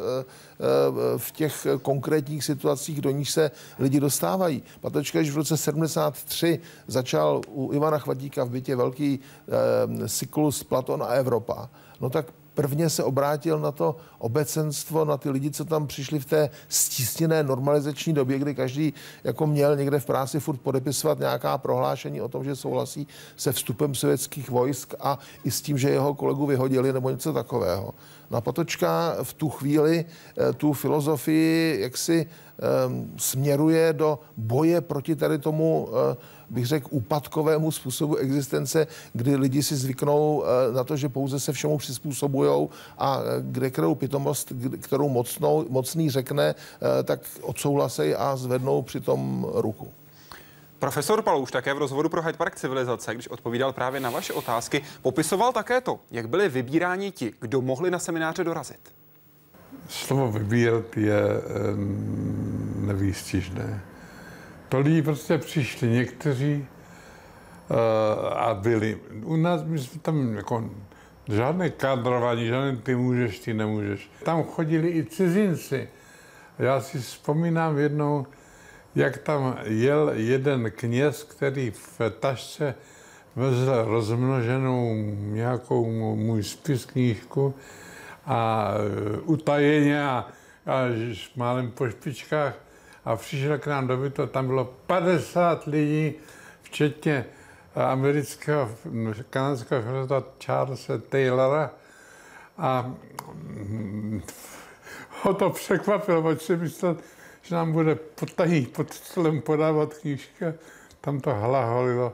v těch konkrétních situacích, do nich se lidi dostávají. Patočka, když v roce sedmdesát tři začal u Ivana Chvatíka v bytě velký cyklus Platon a Evropa, no tak prvně se obrátil na to obecenstvo, na ty lidi, co tam přišli v té stísněné normalizační době, kdy každý jako měl někde v práci furt podepisovat nějaká prohlášení o tom, že souhlasí se vstupem sovětských vojsk a i s tím, že jeho kolegu vyhodili nebo něco takového. No Patočka v tu chvíli tu filozofii jaksi um, směruje do boje proti tady tomu, uh, bych řekl, úpadkovému způsobu existence, kdy lidi si zvyknou uh, na to, že pouze se všemu přizpůsobujou a uh, kde kterou pitomost, kterou mocnou, mocný řekne, uh, tak odsouhlasej a zvednou přitom ruku. Profesor Palouš také v rozhovoru pro Hyde Park Civilizace, když odpovídal právě na vaše otázky, popisoval také to, jak byli vybíráni ti, kdo mohli na semináře dorazit. Slovo vybírat je nevýstižné. To lidi prostě přišli, někteří uh, a byli. U nás my jsme tam jako Žádné kádrování, žádné ty můžeš, ty nemůžeš. Tam chodili i cizinci. Já si vzpomínám jednou, jak tam jel jeden kněz, který v tašce vezl rozmnoženou nějakou můj spis knížku a utajeně a, a málem po špičkách a přišel k nám do bytu, tam bylo padesát lidí, včetně amerického, kanadského filozofa Charlesa Taylora a ho to překvapilo, protože si myslel, že nám bude potají pod stolem podávat knížka, tam to hlaholilo.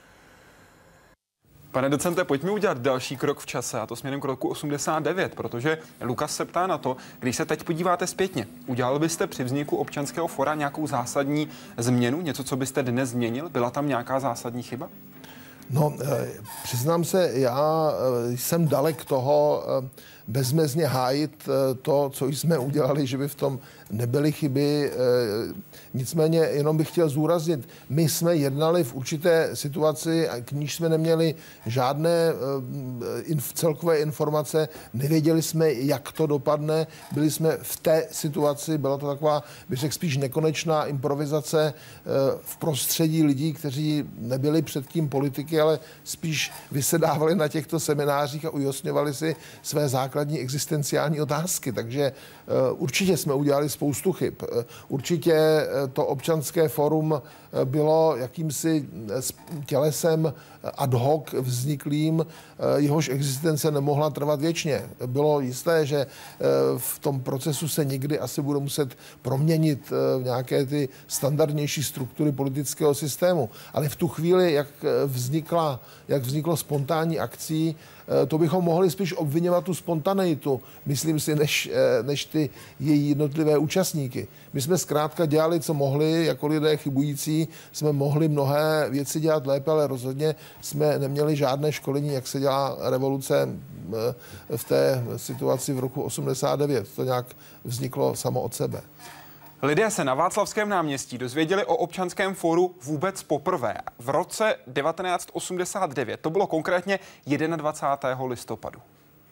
Pane docente, pojďme udělat další krok v čase, a to směrem k roku osmdesát devět, protože Lukas se ptá na to, když se teď podíváte zpětně, udělal byste při vzniku občanského fora nějakou zásadní změnu, něco, co byste dnes změnil? Byla tam nějaká zásadní chyba? No, přiznám se, já jsem dalek toho bezmezně hájit to, co jsme udělali, že by v tom nebyly chyby. Nicméně jenom bych chtěl zúraznit, my jsme jednali v určité situaci, k níž jsme neměli žádné celkové informace, nevěděli jsme, jak to dopadne, byli jsme v té situaci, byla to taková, bych řekl, spíš nekonečná improvizace v prostředí lidí, kteří nebyli předtím politiky, ale spíš vysedávali na těchto seminářích a ujasňovali si své základní existenciální otázky. Takže určitě jsme udělali spoustu chyb. Určitě to občanské fórum bylo jakýmsi tělesem ad hoc vzniklým, jehož existence nemohla trvat věčně. Bylo jisté, že v tom procesu se někdy asi bude muset proměnit nějaké ty standardnější struktury politického systému. Ale v tu chvíli, jak vznikla, jak vzniklo spontánní akcí, to bychom mohli spíš obvinovat tu spontaneitu, myslím si, než, než ty její jednotlivé účastníky. My jsme zkrátka dělali, co mohli, jako lidé chybující, jsme mohli mnohé věci dělat lépe, ale rozhodně jsme neměli žádné školení, jak se dělá revoluce v té situaci v roku osmdesát devět. To nějak vzniklo samo od sebe. Lidé se na Václavském náměstí dozvěděli o občanském fóru vůbec poprvé. V roce devatenáct osmdesát devět, to bylo konkrétně dvacátého prvního listopadu.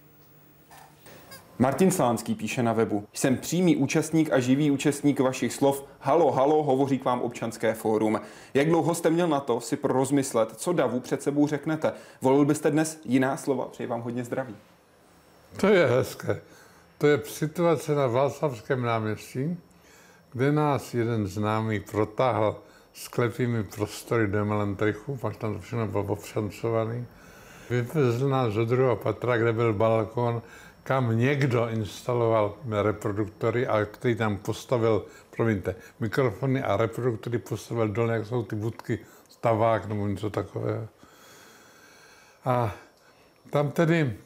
Martin Slánský píše na webu: Jsem přímý účastník a živý účastník vašich slov. Halo, halo, hovoří k vám občanské fórum. Jak dlouho jste měl na to si prorozmyslet, co davu před sebou řeknete? Volil byste dnes jiná slova? Přeji vám hodně zdraví. To je hezké. To je situace na Václavském náměstí, kde nás jeden známý protáhl sklepými prostory do Melantrichu, pak tam to všechno bylo obšancovaný. Vyvezl nás do druhého patra, kde byl balkon, kam někdo instaloval reproduktory a který tam postavil, promiňte, mikrofony a reproduktory postavil dole, jak jsou ty budky, stavák nebo něco takového. A tam tedy e,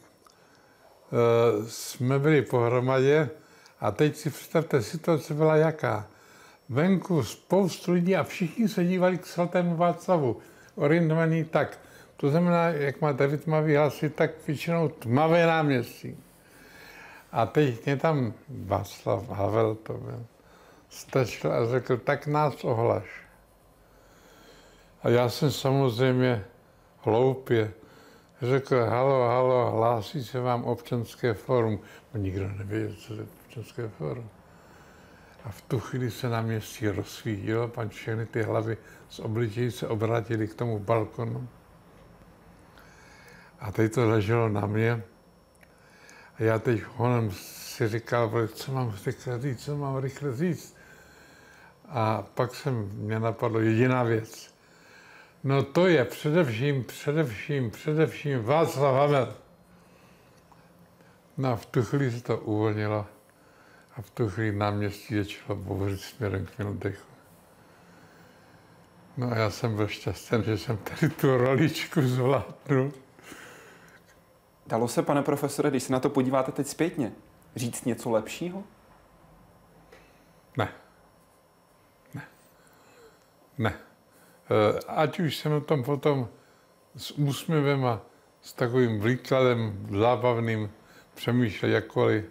jsme byli pohromadě a teď si představte, situace byla jaká. Venku spoustu lidí a všichni se dívali k svatému Václavu, orientovaní tak. To znamená, jak máte rytmavý hlasy, tak většinou tmavé náměstí. A teď mě tam Václav Havel, to byl, stačil a řekl, tak nás ohlaš. A já jsem samozřejmě hloupě řekl, halo, halo, hlásí se vám občanské fórum. No, nikdo nevěděl, co je občanské fórum. A v tu chvíli se náměstí rozsvítilo, pan všechny ty hlavy z obličejí se obrátily k tomu balkonu. A teď to leželo na mě. A já teď honem si říkal, co mám rychle říct, co mám rychle říct. A pak jsem, mě napadlo jediná věc. No to je především, především, především Václav Havel. No a v tu chvíli se to uvolnilo. A v tu chvíli náměstí začalo bouřit směrem k Melantrichu. No a já jsem byl šťastný, že jsem tady tu roličku zvládnul. Dalo se, pane profesore, když se na to podíváte teď zpětně, říct něco lepšího? Ne. Ne. Ne. Ať už jsem o tom potom s úsměvem a s takovým výkladem zábavným přemýšlel jakkoliv,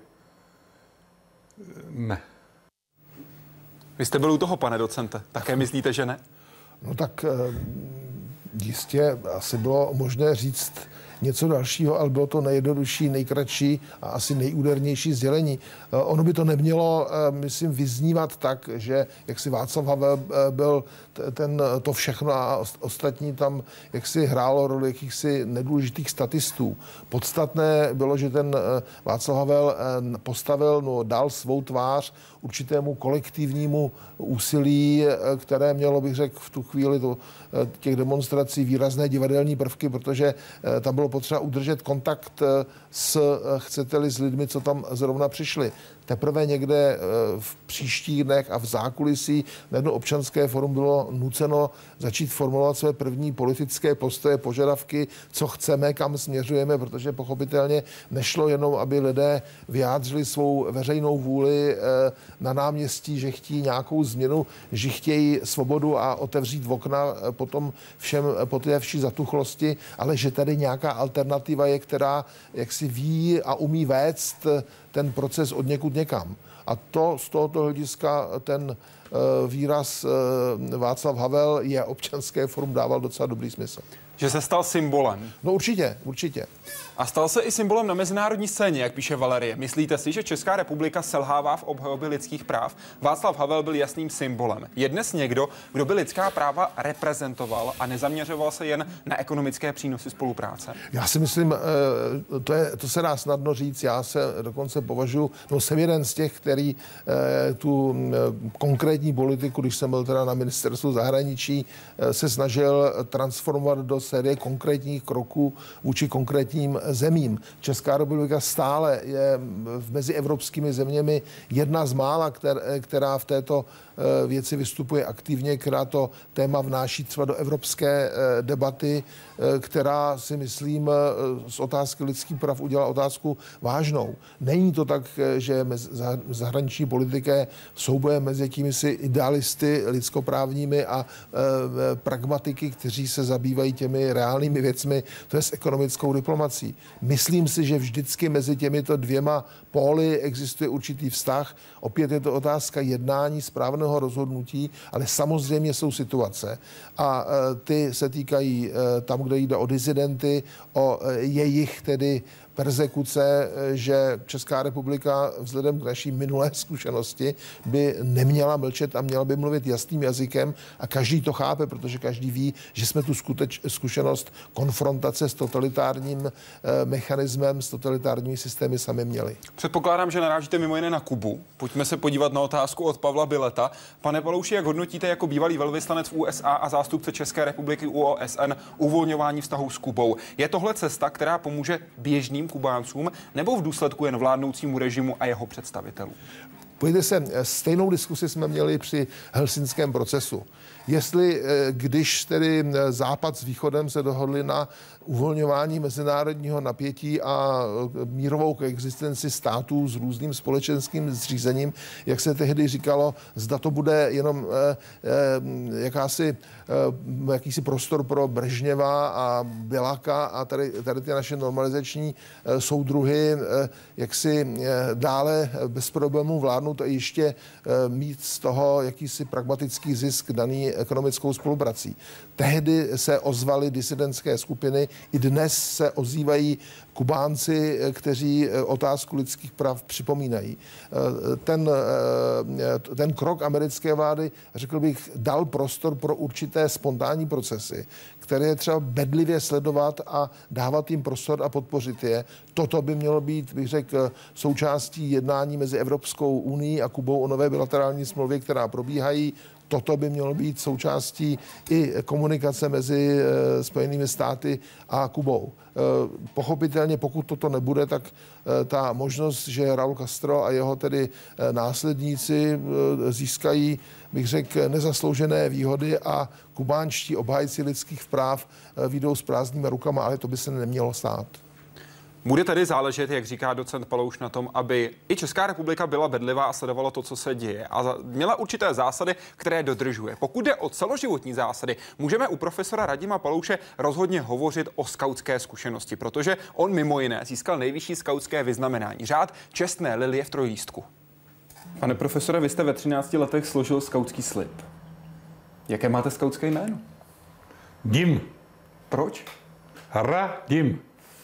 ne. Vy jste byl u toho, pane docente. Také myslíte, že ne? No tak jistě asi bylo možné říct něco dalšího, ale bylo to nejjednodušší, nejkratší a asi nejúdernější sdělení. Ono by to nemělo, myslím, vyznívat tak, že jak si Václav Havel byl ten, to všechno a ostatní tam jak si hrálo roli jakýchsi nedůležitých statistů. Podstatné bylo, že ten Václav Havel postavil, no, dal svou tvář určitému kolektivnímu úsilí, které mělo, bych řekl, v tu chvíli to, těch demonstrací výrazné divadelní prvky, protože tam bylo potřeba udržet kontakt s, chcete-li, s lidmi, co tam zrovna přišli. Teprve někde v příštích dnech a v zákulisí na jedno občanské forum bylo nuceno začít formulovat své první politické postoje, požadavky, co chceme, kam směřujeme, protože pochopitelně nešlo jenom, aby lidé vyjádřili svou veřejnou vůli na náměstí, že chtějí nějakou změnu, že chtějí svobodu a otevřít okna potom všem po té vší zatuchlosti, ale že tady nějaká alternativa je, která jaksi ví a umí vést ten proces od někud někam. A to z tohoto hlediska ten výraz Václav Havel je občanské forum dával docela dobrý smysl. Že se stal symbolem. No určitě, určitě. A stal se i symbolem na mezinárodní scéně, jak píše Valerie. Myslíte si, že Česká republika selhává v obhajobě lidských práv? Václav Havel byl jasným symbolem. Je dnes někdo, kdo by lidská práva reprezentoval a nezaměřoval se jen na ekonomické přínosy spolupráce? Já si myslím, to, je, to se dá snadno říct. Já se dokonce považuji, no jsem jeden z těch, který tu konkrétní politiku, když jsem byl teda na ministerstvu zahraničí, se snažil transformovat do série konkrétních kroků vůči konkrétním zemím. Česká republika stále je mezi evropskými zeměmi jedna z mála, která v této věci vystupuje aktivně, která to téma vnáší třeba do evropské debaty, která si myslím z otázky lidských práv udělala otázku vážnou. Není to tak, že zahraniční politika je souboje mezi jakýmisi idealisty lidskoprávními a pragmatiky, kteří se zabývají těmi reálnými věcmi, to je s ekonomickou diplomací. Myslím si, že vždycky mezi těmito dvěma póly existuje určitý vztah. Opět je to otázka jednání, správného rozhodnutí, ale samozřejmě jsou situace. A ty se týkají tam, kde jde o disidenty, o jejich tedy persekuce, že Česká republika vzhledem k naší minulé zkušenosti by neměla mlčet a měla by mluvit jasným jazykem a každý to chápe, protože každý ví, že jsme tu skuteč, zkušenost konfrontace s totalitárním eh, mechanismem, s totalitárními systémy sami měli. Předpokládám, že narážíte mimo jiné na Kubu. Pojďme se podívat na otázku od Pavla Bileta. Pane Palouši, jak hodnotíte jako bývalý velvyslanec v U S A a zástupce České republiky u O S N uvolňování vztahů s Kubou? Je tohle cesta, která pomůže běžným Kubáncům nebo v důsledku jen vládnoucímu režimu a jeho představitelům? Pojďte se, stejnou diskusi jsme měli při helsinském procesu. Jestli, když tedy Západ s Východem se dohodli na uvolňování mezinárodního napětí a mírovou koexistenci států s různým společenským zřízením, jak se tehdy říkalo, zda to bude jenom eh, eh, jakási, eh, jakýsi prostor pro Brežněva a Bielaka a tady, tady ty naše normalizační eh, soudruhy, eh, jak si eh, dále bez problémů vládnout a ještě eh, mít z toho jakýsi pragmatický zisk daný ekonomickou spoluprací. Tehdy se ozvaly disidentské skupiny, i dnes se ozývají Kubánci, kteří otázku lidských práv připomínají. Ten, ten krok americké vlády, řekl bych, dal prostor pro určité spontánní procesy, které je třeba bedlivě sledovat a dávat jim prostor a podpořit je. Toto by mělo být, bych řekl, součástí jednání mezi Evropskou unií a Kubou o nové bilaterální smlouvě, která probíhají. Toto by mělo být součástí i komunikace mezi e, Spojenými státy a Kubou. E, pochopitelně, pokud toto nebude, tak e, ta možnost, že Raúl Castro a jeho tedy e, následníci e, získají, bych řekl, nezasloužené výhody a kubánští obhájci lidských práv e, vyjdou s prázdnýma rukama, ale to by se nemělo stát. Bude tedy záležet, jak říká docent Palouš, na tom, aby i Česká republika byla bedlivá a sledovala to, co se děje a měla určité zásady, které dodržuje. Pokud jde o celoživotní zásady, můžeme u profesora Radima Palouše rozhodně hovořit o skautské zkušenosti, protože on mimo jiné získal nejvyšší skautské vyznamenání, řád čestné lilie v trojlístku. Pane profesore, vy jste ve třinácti letech složil skautský slib. Jaké máte skautské jméno? Dim. Proč? Radim.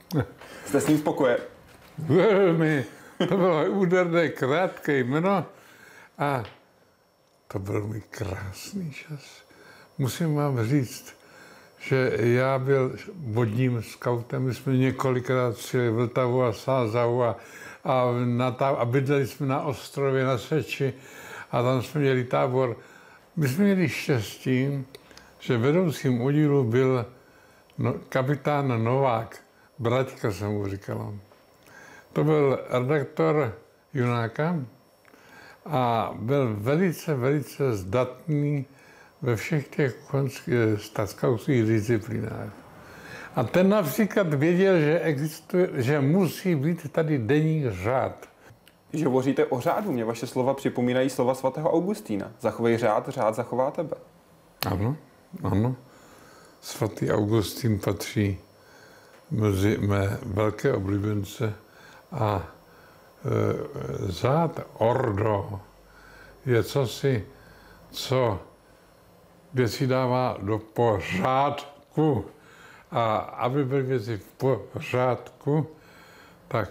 Jste s ním spokojen? Velmi. To bylo úderné, krátké jméno a to byl můj krásný čas. Musím vám říct, že já byl vodním skautem, my jsme několikrát přijeli Vltavu a Sázavu a, a, na tá, a bydleli jsme na ostrově na Seči a tam jsme měli tábor. My jsme měli štěstí, že vedoucím oddílu byl no, kapitán Novák, Braťka jsem mu říkal. To byl redaktor Junáka a byl velice, velice zdatný ve všech těch skautských disciplinách. A ten například věděl, že existuje, že musí být tady denní řád. Když hovoříte o řádu, mě vaše slova připomínají slova svatého Augustína. Zachovej řád, řád zachová tebe. Ano, ano. Svatý Augustín patří mezi mé velké oblíbence a e, řád ordo je cosi, co věci dává do pořádku. A aby byly věci v pořádku, tak,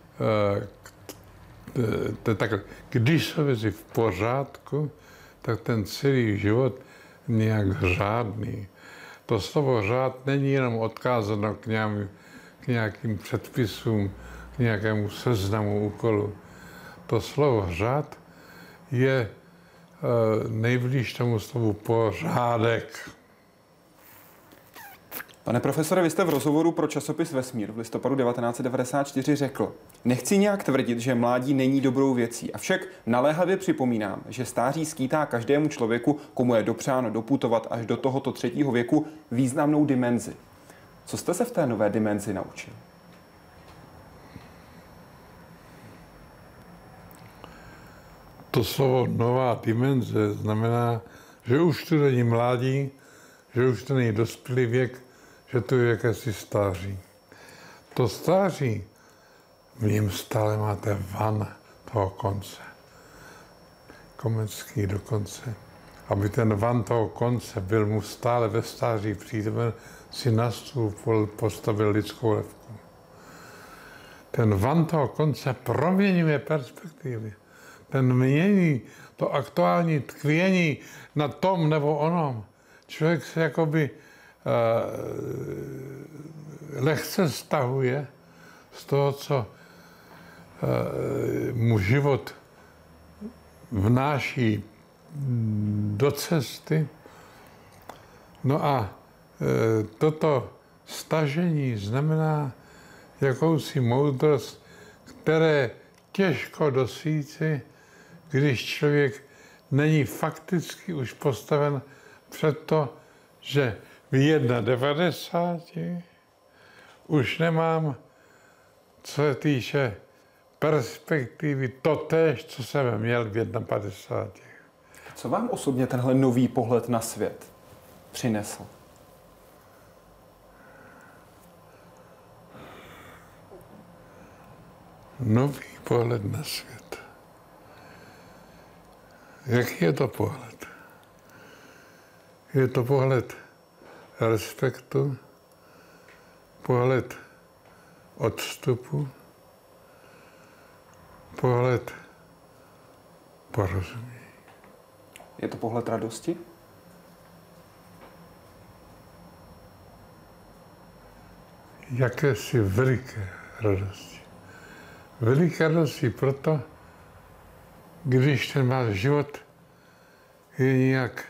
e, tak když jsou věci v pořádku, tak ten celý život nějak řádný. To slovo řád není jenom odkázáno k nějakým, k nějakým předpisům, k nějakému seznamu úkolů. To slovo řád je e, nejblíž tomu slovu pořádek. Pane profesore, vy jste v rozhovoru pro časopis Vesmír v listopadu devatenáct set devadesát čtyři řekl: Nechci nějak tvrdit, že mládí není dobrou věcí, avšak naléhavě připomínám, že stáří skýtá každému člověku, komu je dopřáno doputovat až do tohoto třetího věku, významnou dimenzi. Co jste se v té nové dimenzi naučil? To slovo nová dimenze znamená, že už to není mládí, že už to není dospělý věk, že to je jakési stáří. To stáří, v něm stále máte van toho konce. Komenský dokonce. Aby ten van toho konce byl mu stále ve stáří přítomen, si na stůl postavil lidskou levku. Ten van toho konce proměňuje perspektivy. Ten mění to aktuální tkvění na tom nebo onom. Člověk se jakoby uh, lehce stahuje z toho, co uh, mu život vnáší do cesty. No a uh, toto stažení znamená jakousi moudrost, které těžko dosíci, když člověk není fakticky už postaven před to, že v devadesáti jedna už nemám, co se týče perspektivy, totéž, co jsem měl v padesáti jedna. Co vám osobně tenhle nový pohled na svět přinesl? Nový pohled na svět. Jaký je to pohled? Je to pohled respektu, pohled odstupu, pohled porozumění. Je to pohled radosti? Jakési veliké radosti. Veliké radosti proto, když ten váš život je nějak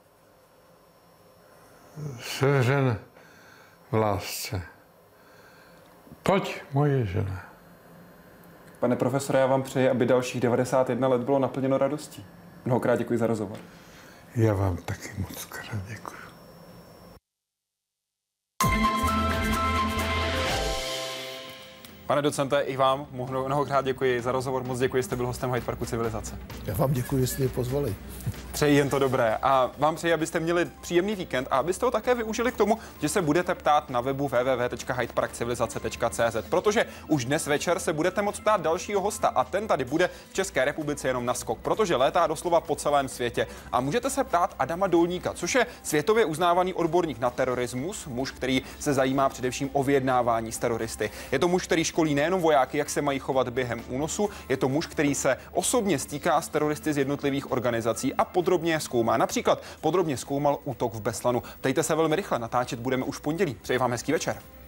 seřen v lásce. Pojď, moje žena. Pane profesore, já vám přeji, aby dalších devadesát jedna let bylo naplněno radostí. Mnohokrát děkuji za rozhovor. Já vám taky moc krát děkuji. Pane docente, i vám mnohokrát děkuji za rozhovor, moc děkuji, jste byl hostem Hyde Parku Civilizace. Já vám děkuji, že jste mě pozvali. Přeji jen to dobré a vám přeji, abyste měli příjemný víkend a abyste ho také využili k tomu, že se budete ptát na webu w w w tečka hyde park civilizace tečka c z, protože už dnes večer se budete moct ptát dalšího hosta a ten tady bude v České republice jenom na skok, protože létá doslova po celém světě. A můžete se ptát Adama Dolníka, což je světově uznávaný odborník na terorismus, muž, který se zajímá především o vyjednávání s teroristy. Je to muž, který školí nejenom vojáky, jak se mají chovat během únosu, je to muž, který se osobně stýká s teroristy z jednotlivých organizací a podrobně zkoumá. Například podrobně zkoumal útok v Beslanu. Ptejte se velmi rychle, natáčet budeme už v pondělí. Přeji vám hezký večer.